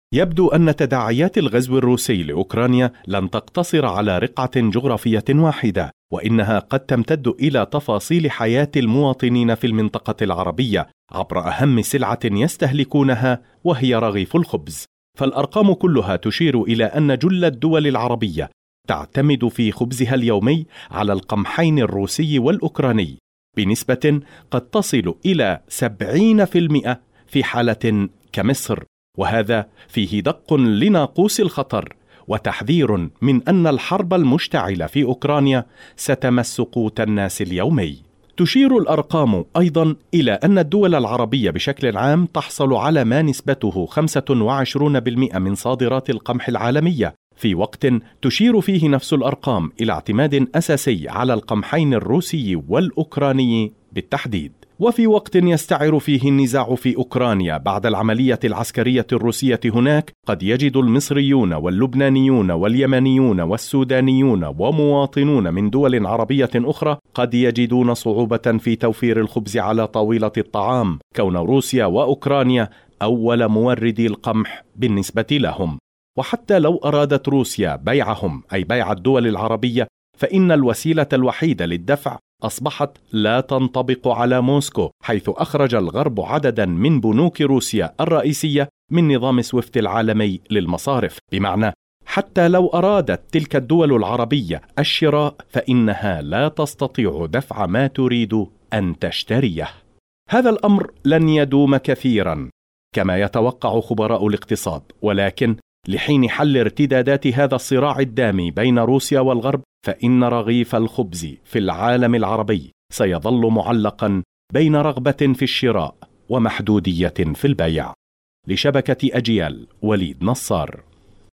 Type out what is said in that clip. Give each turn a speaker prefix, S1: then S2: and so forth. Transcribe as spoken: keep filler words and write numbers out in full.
S1: يبدو أن تداعيات الغزو الروسي لأوكرانيا لن تقتصر على رقعة جغرافية واحدة، وإنها قد تمتد إلى تفاصيل حياة المواطنين في المنطقة العربية عبر أهم سلعة يستهلكونها، وهي رغيف الخبز. فالأرقام كلها تشير إلى أن جل الدول العربية تعتمد في خبزها اليومي على القمحين الروسي والأوكراني بنسبة قد تصل إلى سبعين بالمئة في حالة كمصر، وهذا فيه دق لناقوس الخطر وتحذير من أن الحرب المشتعلة في أوكرانيا ستمس قوت الناس اليومي. تشير الأرقام أيضا إلى أن الدول العربية بشكل عام تحصل على ما نسبته خمسة وعشرين بالمئة من صادرات القمح العالمية، في وقت تشير فيه نفس الأرقام إلى اعتماد أساسي على القمحين الروسي والأوكراني بالتحديد. وفي وقت يستعر فيه النزاع في أوكرانيا بعد العملية العسكرية الروسية هناك، قد يجد المصريون واللبنانيون واليمنيون والسودانيون ومواطنون من دول عربية أخرى قد يجدون صعوبة في توفير الخبز على طاولة الطعام، كون روسيا وأوكرانيا أول موردي القمح بالنسبة لهم. وحتى لو أرادت روسيا بيعهم، أي بيع الدول العربية، فإن الوسيلة الوحيدة للدفع أصبحت لا تنطبق على موسكو، حيث أخرج الغرب عددا من بنوك روسيا الرئيسية من نظام سويفت العالمي للمصارف، بمعنى حتى لو أرادت تلك الدول العربية الشراء فإنها لا تستطيع دفع ما تريد أن تشتريه. هذا الأمر لن يدوم كثيرا كما يتوقع خبراء الاقتصاد، ولكن لحين حل ارتدادات هذا الصراع الدامي بين روسيا والغرب، فإن رغيف الخبز في العالم العربي سيظل معلقا بين رغبة في الشراء ومحدودية في البيع. لشبكة أجيال، وليد نصار.